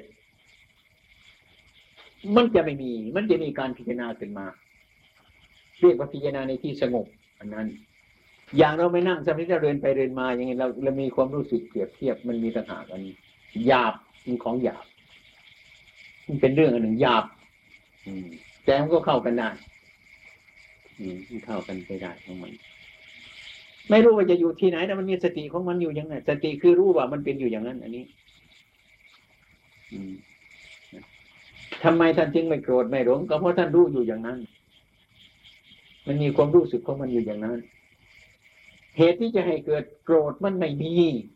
มันจะไม่มีมันจะมีการพิจารณาขึ้นมาเรียกว่าพิจารณาในที่สงบอันนั้นอย่างเราไม่นั่งสมาธิเราเดินไปเดินมาอย่างนี้เรามีความรู้สึกเปรียบเทียบมันมีต่างหากกันหยาบมันของหยาบมันเป็นเรื่องอันหนึ่งหยาบแต่มันก็เข้ากันได้เข้ากันไปได้ของมันไม่รู้ว่าจะอยู่ที่ไหนแต่มันมีสติของมันอยู่อย่างนั้นสติคือรู้ว่ามันเป็นอยู่อย่างนั้นอันนี้ทำไมท่านจึงไม่โกรธไม่หลงก็เพราะท่านรู้อยู่อย่างนั้นมันมีความรู้สึกของมันอยู่อย่างนั้นเหตุที่จะให้เกิดโกรธมันไม่มี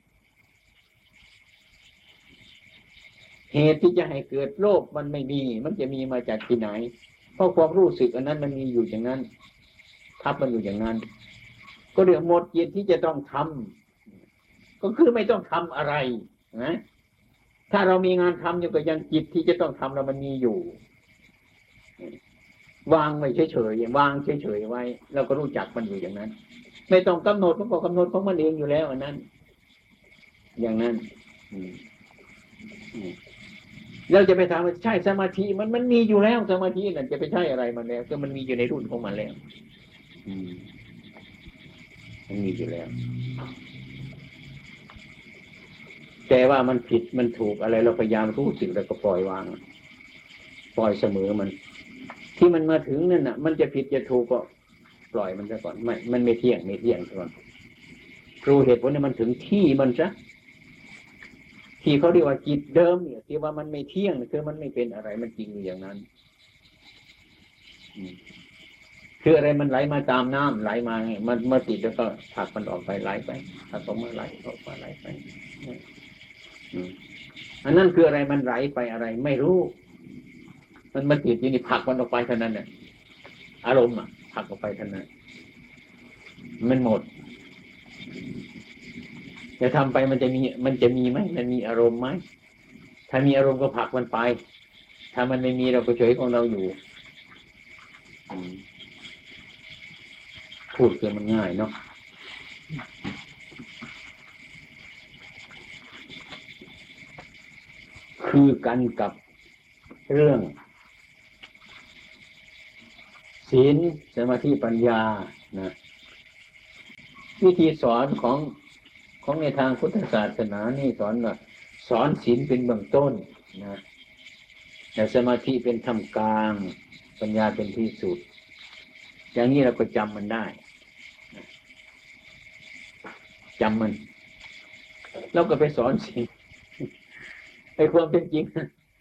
เหตุที่จะให้เกิดโลภมันไม่มีมันจะมีมาจากที่ไหนเพราะความรู้สึกอันนั้นมันมีอยู่อย่างนั้นทับมันอยู่อย่างนั้นก็เรื่องหมดจิตที่จะต้องทำก็คือไม่ต้องทำอะไรนะถ้าเรามีงานทำอยู่ก็ยังจิตที่จะต้องทำเรามันมีอยู่วางไว้เฉยๆวางเฉยๆไว้เราก็รู้จักมันอยู่อย่างนั้น ไม่ต้องกำหนดมันก็กำหนดของมันเองอยู่แล้วอันนั้นอย่างนั้นเราจะไปถามว่าใช่สมาธิมันมีอยู่แล้วสมาธินั่นจะไปใช่อะไรมันแล้วก็มันมีอยู่ในรุ่นของมันแล้วมันมีอยู่แล้วแต่ว่ามันผิดมันถูกอะไรเราพยายามรู้สึกแล้วก็ปล่อยวางปล่อยเสมอมันที่มันมาถึงนั่นน่ะมันจะผิดจะถูกก็ปล่อยมันซะก่อนไม่มันไม่เที่ยงซะก่อนรู้เหตุผลเนี่ยมันถึงที่มันซะที่เขาเรียกว่าจิตเดิมเนี่ยที่ว่ามันไม่เที่ยงคือมันไม่เป็นอะไรมันจริงอยู่อย่างนั้นคืออะไรมันไหลมาตามน้ำไหลมาไงมันมาติดแล้วก็ผลักมันออกไปไหลไปผลักออกมาไหลออกมาไหลไปอันนั้นคืออะไรมันไหลไปอะไรไม่รู้มันมาติดอยู่นี่ผลักมันออกไปเท่านั้นเนี่ยอารมณ์ผลักออกไปเท่านั้นมันหมดจะทำไปมันจะมีไหมมันมีอารมณ์ไหมถ้ามีอารมณ์ก็ผลักมันไปถ้ามันไม่มีเราก็เฉยของเราอยู่พูดคือมันง่ายเนาะคือกันกับเรื่องศีลสมาธิปัญญานะวิธีสอนของในทางพุทธศาสนานี่สอนว่าสอนศีลเป็นเบื้องต้นนะแต่สมาธิเป็นท่ามกลางปัญญาเป็นที่สุดอย่างนี้เราก็จำมันได้จำมันเราก็ไปสอนศีลไอ้ความเป็นจริง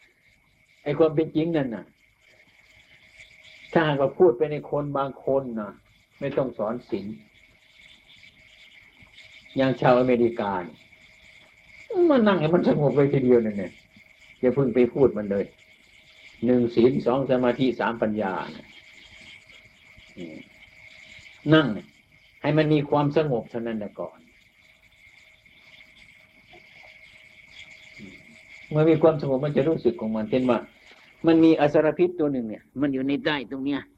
นั่นน่ะถ้าหากว่าพูดไปในคนบางคนนะไม่ต้องสอนศีลอย่างชาวอเมริกามันนั่งให้มันสงบเลยทีเดียวนั่นเนี่ยอย่าเพิ่งไปพูดมันเลย1ศีล2สมาธิ3ปัญญานั่งให้มันมีความสงบเท่านั้นแหละก่อนเมื่อมีความสงบมันจะรู้สึกของมันเช่นว่ามันมีอสรพิษตัวหนึ่งเนี่ยมันอยู่ในใต้ตรงเนี้ย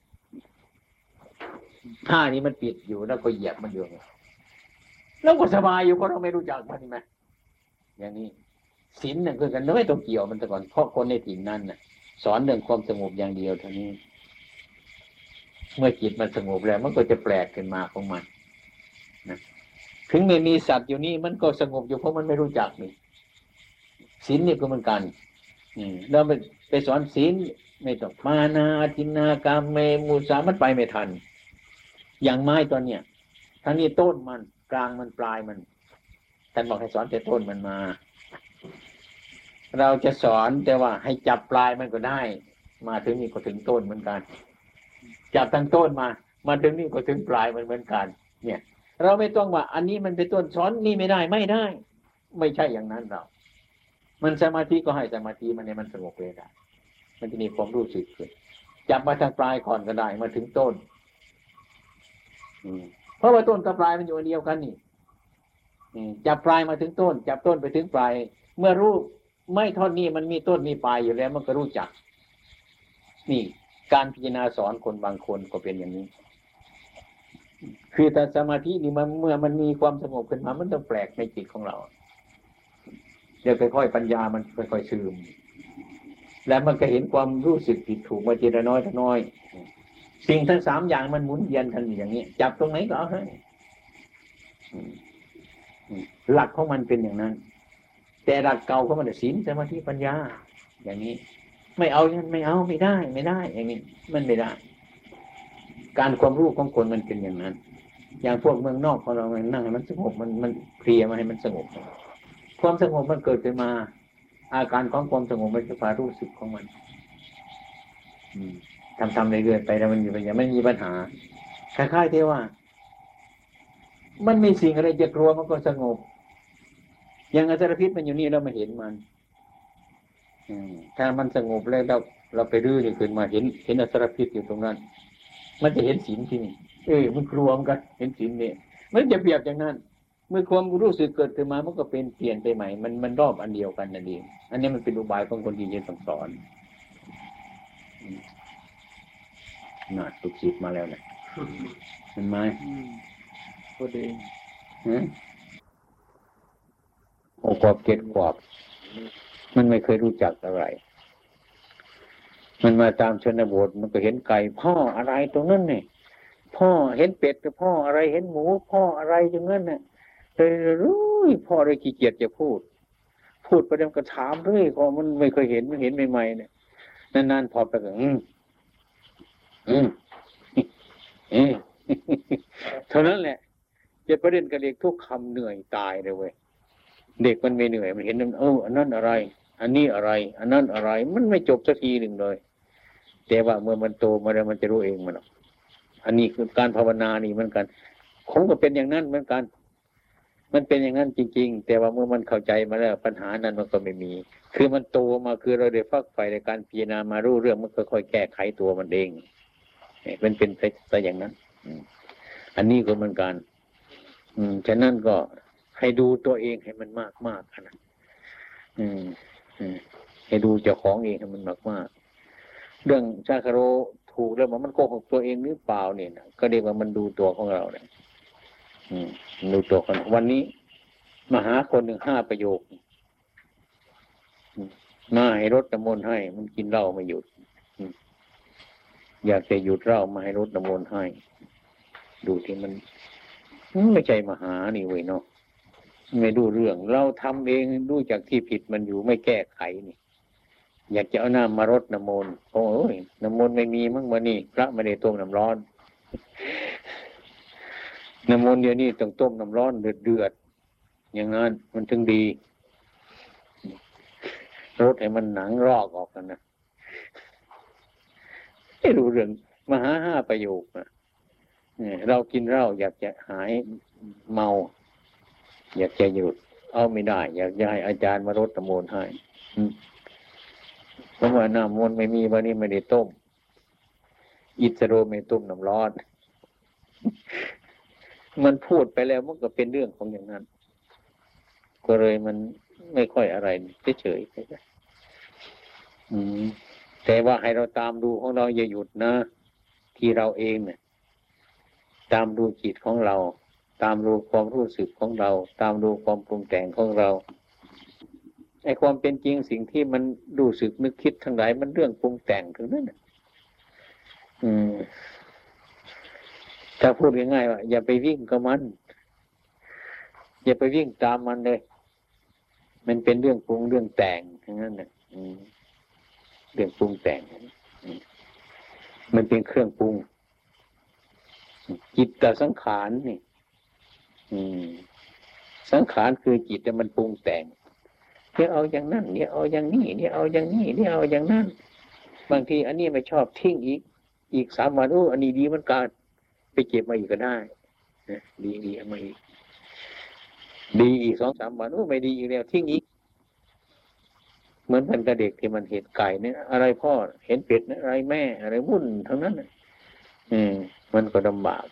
ผ้านี้มันปิดอยู่แล้วก็เหยียบมันอยู่แล้วก็สบายอยู่เพราะเราไม่รู้จักมันใช่ไหมอย่างนี้ศีลเนี่ยคือกันไม่ต้องเกี่ยวมันแต่ก่อนเพราะคนในถิ่นนั้นน่ะสอนเรื่องความสงบอย่างเดียวเท่านี้เมื่อจิตมันสงบแล้วมันก็จะแปลกขึ้นมาของมันนะถึงไม่มีสัตว์อยู่นี่มันก็สงบอยู่เพราะมันไม่รู้จักนี่ศีลนี่ก็เหมือนกันเราไปสอนศีลไม่ต้องมานาทินากามเมมุสามันไปไม่ทันอย่างไม้ตอนเนี้ยทั้งนี้ต้นมันกลางมันปลายมันท่านบอกให้สอนแต่ต้นมันมาเราจะสอนแต่ว่าให้จับปลายมันก็ได้มาถึงนี่ก็ถึงต้นเหมือนกันจับทั้งต้นมาถึงนี่ก็ถึงปลายมันเหมือนกันเนี่ยเราไม่ต้องว่าอันนี้มันเป็นต้นสอนนี่ไม่ได้ไม่ใช่อย่างนั้นมันสมาธิก็ให้สมาธิมันเนี่ยมันสงบเลยได้มันจะมีความรู้สึกขึ้นจับมาทางปลายก่อนก็ได้มาถึงต้นเพราะว่าต้นกับปลายมันอยู่อันเดียวกันนี่จับปลายมาถึงต้นจับต้นไปถึงปลายเมื่อรู้ไม่ท่อนนี้มันมีต้นมีปลายอยู่แล้วมันก็รู้จักนี่การพิจารณาสอนคนบางคนก็เป็นอย่างนี้คือแต่สมาธินี่มันเมื่อมันมีความสงบขึ้นมามันต้องแปลกในจิตของเราเดี๋ยวค่อยๆปัญญามันค่อยๆซึมแล้วมันก็เห็นความรู้สึกผิดถูกมาทีละน้อยสิ่งทั้ง3อย่างมันหมุนเวียนกันอย่างนี้จับตรงไหนก็เอาให้หลักของมันเป็นอย่างนั้นแต่หลักเก่าของมันศีลสมาธิปัญญาอย่างนี้ไม่เอาไม่ได้อย่างนี้มันไม่ได้การความรู้ของคนมันเป็นอย่างนั้นอย่างพวกเมืองนอกของเรานั่งให้มันสงบมันเคลียร์มาให้มันสงบความสงบมันเกิดขึ้นมาอาการของความสงบมันจะพารู้สึกของมันทำเรื่อยๆไปแล้วมันมีปัญญาไม่มีปัญหาคล้ายๆที่ว่ามันมีสิ่งอะไรจะกลัวมันก็สงบอย่างอสรพิษมันอยู่นี่เราไม่เห็นมันถ้ามันสงบแล้วเราไปรื้อนี่ขึ้นมาเห็นอสรพิษอยู่ตรงนั้นมันจะเห็นศีลที่นี่มันกลัวมันกันเห็นศีลนี่มันจะเปรียบอย่างนั้นเมื่อความรู้สึกเกิดขึ้นมามันก็เป็นเปลี่ยนไปใหม่มันรอบอันเดียวกันนั่นเองอันนี้มันเป็นอุบายของคนที่จะสอนน่าตุกจิตมาแล้วเนี่ยเห็นไหมพอดีโอ้กอบเก็ดกอบมันไม่เคยรู้จักอะไรมันมาตามชนบทมันก็เห็นไก่พ่ออะไรตรงนั้นเนี่ยพ่อเห็นเป็ดกับพ่ออะไรเห็นหมูพ่ออะไรอย่างนั้นเนี่ยเลยรู้พ่อเลยขี้เกียจจะพูดไปแล้วก็ถามเรื่อยพอมันไม่เคยเห็นมันเห็นใหม่ๆเนี่ยนานๆพอไปก็เท่านั้นแหละจะประเด็นกับเด็กทุกคำเหนื่อยตายเลยเว้ยเด็กมันไม่เหนื่อยมันเห็นมันอันนั้นอะไร อันนี้อะไรอันนั้นอะไรมันไม่จบสักทีหนึ่งเลยแต่ว่าเมื่อมันโตมาแล้วมันจะรู้เองมันอันนี้คือการภาวนานี่เหมือนกันคงก็เป็นอย่างนั้นเหมือนกันมันเป็นอย่างนั้นจริงๆแต่ว่าเมื่อมันเข้าใจมาแล้วปัญหานั้นมันก็ไม่มีคือมันโตมาคือเราได้ฟักไฟในการพิจารณามารู้เรื่องมันค่อยๆแก้ไขตัวมันเองมันเป็นไปอย่างนั้นอันนี้ก็เหมือนกันฉะนั้นก็ให้ดูตัวเองให้มันมากๆนะให้ดูเจ้าของเองให้มันมากๆเรื่องชาคาโรถูกแล้วมันโกหกตัวเองหรือเปล่าเนี่ยก็เรียกว่ามันดูตัวของเราเนี่ยดูตัวคนวันนี้มาหาคนหนึ่ง5 ประโยคมาให้รดน้ำมนต์ให้มันกินเหล้าไม่หยุดอยากจะหยุดเหล้ามาให้รดน้ำมนต์ให้ดูที่มันไม่ใช่มหานี่เว้ยเนาะไม่ดูเรื่องเราทำเองดูจากที่ผิดมันอยู่ไม่แก้ไขนี่อยากจะเอาน้ำมารดน้ำมนต์โอ้ยน้ำมนต์ไม่มีมั้งวันนี้พระไม่ได้ต้มน้ำร้อนน้ำมนต์เดี๋ยวนี้ต้องต้มน้ำร้อนเดือดอย่างนั้นมันถึงดีรดให้มันหนังรอกออกกันนะไม่รู้เรื่องมหา5 ประโยคนะเรากินเหล้าอยากจะหายเมาอยากจะหยุดเอาไม่ได้อยากจะให้อาจารย์มารดน้ำมนต์ให้เพราะว่าน้ำมนต์ไม่มีวันนี้ไม่ได้ต้มอิสโรไม่ต้มน้ำร้อนมันพูดไปแล้วมันก็เป็นเรื่องของอย่างนั้นก็เลยมันไม่ค่อยอะไรเฉยๆแต่ว่าให้เราตามดูของเราอย่าหยุดนะที่เราเองเนี่ยตามดูจิตของเราตามดูความรู้สึกของเราตามดูความปรุงแต่งของเราไอ้ความเป็นจริงสิ่งที่มันรู้สึกนึกคิดทั้งหลายมันเรื่องปรุงแต่งทั้งนั้นถ้าพูดง่ายๆว่าอย่าไปวิ่งกับมันอย่าไปวิ่งตามมันเลยมันเป็นเรื่องปรุงเรื่องแต่งทั้งนั้นน่ะเรื่องปรุงแต่งมันเป็นเครื่องปรุงจิตกับสังขารนี่สังขารคือจิตแต่มันปรุงแต่งเนี่ยเอาอย่างนั้นเนี่ยเอาอย่างนี้เนี่ยเอาอย่างนี้เนี่ยเอาอย่างนั้นบางทีอันนี้ไม่ชอบทิ้งอีก3 วันอันนี้ดีมันการไปเก็บมาอีกก็ได้ดีเอามาอีกดีอีก2-3 วันไม่ดีอีกแล้วทิ้งอีกเหมือนกันกับเด็กที่มันเห็นไก่เนี่ยอะไรพ่อเห็นเป็ดเนี่ยอะไรแม่อะไรวุ่นทั้งนั้นมันก็ลำบาก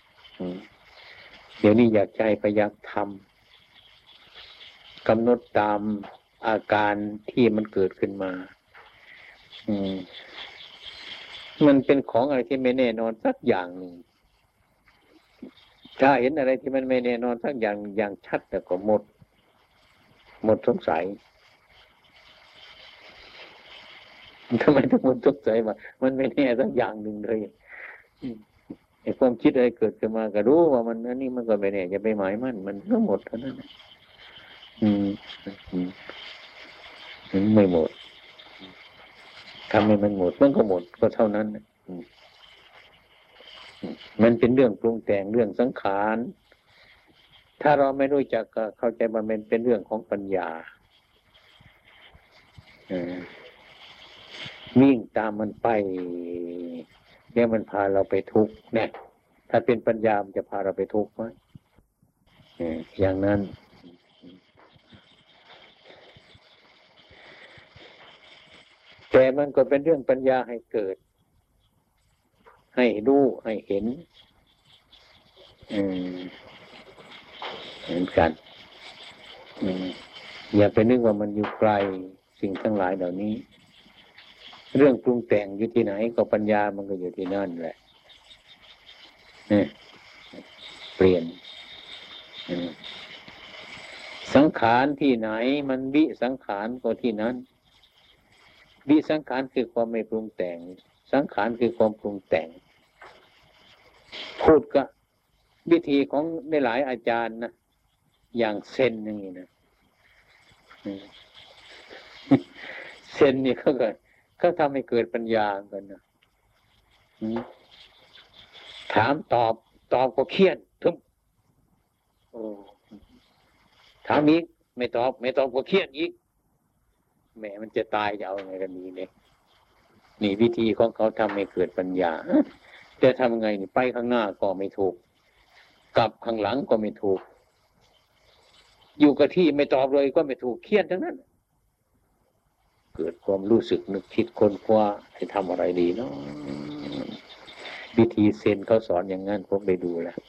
เดี๋ยวนี้อยากใจพยายามทำกำหนดตามอาการที่มันเกิดขึ้นมามันเป็นของอะไรที่ไม่แน่นอนสักอย่างหนึ่งถ้าเห็นอะไรที่มันไม่แน่นอนสักอย่างชัดแต่ก็หมดสงสัยทำไมถึงหมดสงสัยว่ามันไม่แน่สักอย่างหนึ่งเลยไอ้ความคิดอะไรเกิดขึ้นมาก็รู้ว่ามันอันนี้มันก็ไม่แน่จะไปหมายมั่นมันก็หมดเท่านั้นไม่หมดทำให้มันหมดมันก็หมดก็เท่านั้นมันเป็นเรื่องปรุงแต่งเรื่องสังขารถ้าเราไม่รู้จักก็เข้าใจว่ามันเป็นเรื่องของปัญญาวิ่งตามมันไปเนี่ยมันพาเราไปทุกข์เนี่ยถ้าเป็นปัญญามันจะพาเราไปทุกข์ไหมอย่างนั้นแต่มันก็เป็นเรื่องปัญญาให้เกิดให้รู้ให้เห็นเหมือนกันอย่าไปนึกว่ามันอยู่ไกลสิ่งทั้งหลายเหล่านี้เรื่องปรุงแต่งอยู่ที่ไหนก็ปัญญามันก็อยู่ที่นั่นแหละเปลี่ยนสังขารที่ไหนมันวิสังขารก็ที่นั้นวิสังขารคือความไม่ปรุงแต่งสังขารคือความปรุงแต่งพูดก็วิธีของได้หลายอาจารย์นะอย่างเซนอย่างนี้นะเซนนี่เขาทำให้เกิดปัญญากันนะถามตอบก็เครียดทุบถามอีกไม่ตอบก็เครียดอีกแหมมันจะตายจะเอาไงกันนี้เนี่ยนี่วิธีของเขาทำให้เกิดปัญญาแต่ทำไงนี่ไปข้างหน้าก็ไม่ถูกกลับข้างหลังก็ไม่ถูกอยู่กับที่ไม่ตอบเลยก็ไม่ถูกเครียดทั้งนั้นเกิดความรู้สึกนึกคิดค้นคว้าให้ทำอะไรดีเนาะวิธีเซนเขาสอนอย่างนั้นผมไปดูแล้ว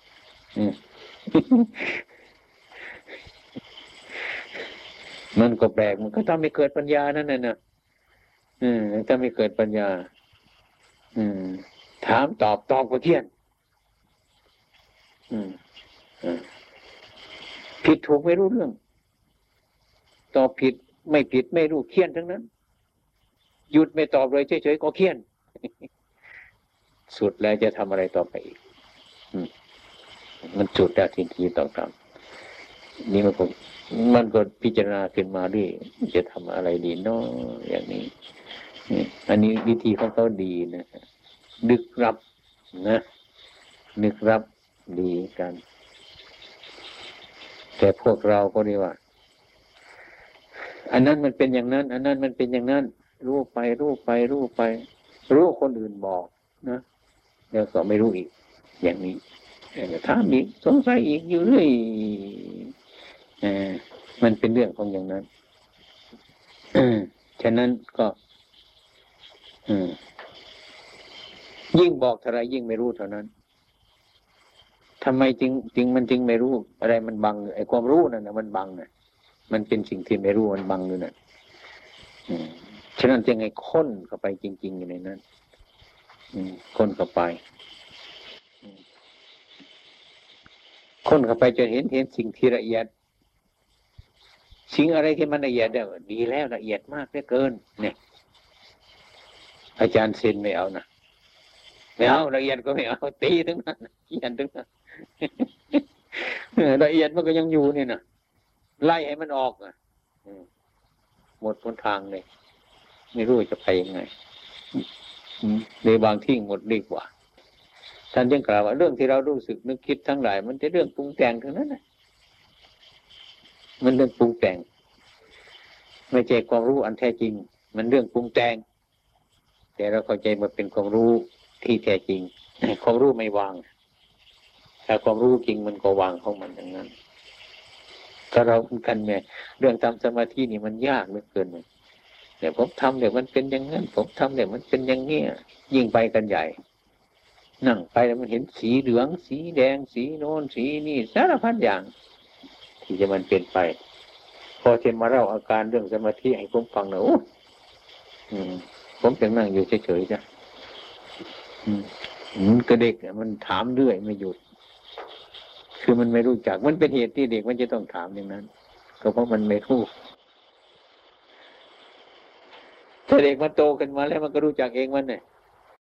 มันก็แปลกมันก็ทำให้เกิดปัญญานั่นน่ะถ้าไม่เกิดปัญญาถามตอบก็เครียดผิดถูกไม่รู้เรื่องตอบผิดไม่ผิดไม่รู้เครียดทั้งนั้นหยุดไม่ตอบเลยเฉยๆก็เครียดสุดแล้วจะทำอะไรต่อไปอีกมันสุดแล้วทีต้องทำนี่มันก็พิจารณาขึ้นมาด้วยจะทำอะไรดีเนาะอย่างนี้อันนี้วิธีของเขาดีนะนึกรับนะนึกรับดีกันแต่พวกเราก็เรียกว่าอันนั้นมันเป็นอย่างนั้นอันนั้นมันเป็นอย่างนั้นรู้ไปรู้คนอื่นบอกนะแล้วก็ไม่รู้อีกอย่างนี้ถามอีกสงสัยอีกอยู่เรื่อยมันเป็นเรื่องของอย่างนั้นฉะนั้นก็ยิ่งบอกเท่าไรยิ่งไม่รู้เท่านั้นทำไมจริงมันจึงไม่รู้อะไรมันบังไอ้ความรู้นั่นนะมันบังน่ะมันเป็นสิ่งที่ไม่รู้มันบังอยู่น่ะฉะนั้นจึงให้ค้นเข้าไปจริงๆอยู่ในนั้นค้นเข้าไปค้นเข้าไปจนเห็นสิ่งที่ละเอียดสิ่งอะไรที่มันละเอียดได้ดีแล้วละเอียดมากเหลือเกินเนี่ยอาจารย์เซนไม่เอานะไม่เอาละเอียดก็ไม่เอาตีถึงนั้นเขียนถึงนั้นละเอียดมันก็ยังอยู่นี่นะไล่ให้มันออกหมดหนทางเลยไม่รู้จะไปยังไงในบางที่หมดดีกว่าท่านยังกล่าวว่าเรื่องที่เรารู้สึกนึกคิดทั้งหลายมันจะเรื่องปรุงแต่งทั้งนั้นนะมันเรื่องปรุงแต่งไม่ใช่ความรู้อันแท้จริงมันเรื่องปรุงแต่งแต่เราเข้าใจมันเป็นความรู้ที่แท้จริงความรู้ไม่วางถ้าความรู้จริงมันก็วางของมันอย่างนั้นถ้าเรากันแม่เรื่องทำสมาธินี่มันยากเหลือเกินเลยแต่ผมทำเดี๋ยวมันเป็นอย่างนั้นผมทำเดี๋ยวมันเป็นอย่างนี้ยิ่งไปกันใหญ่นั่งไปแล้วมันเห็นสีเหลืองสีแดงสีโน้นสีนี่สารพัดอย่างที่จะมันเป็นไปพอเทมมาเล่าอาการเรื่องสมาธิให้ผมฟังนะโอ้ผมจะนั่งอยู่เฉยๆจ้ะก็เด็กมันถามเรื่อยไม่หยุดคือมันไม่รู้จักมันเป็นเหตุที่เด็กมันจะต้องถามอย่างนั้นก็เพราะมันไม่รู้ถ้าเด็กมันโตขึ้นมาแล้วมันก็รู้จักเองมันเนี่ย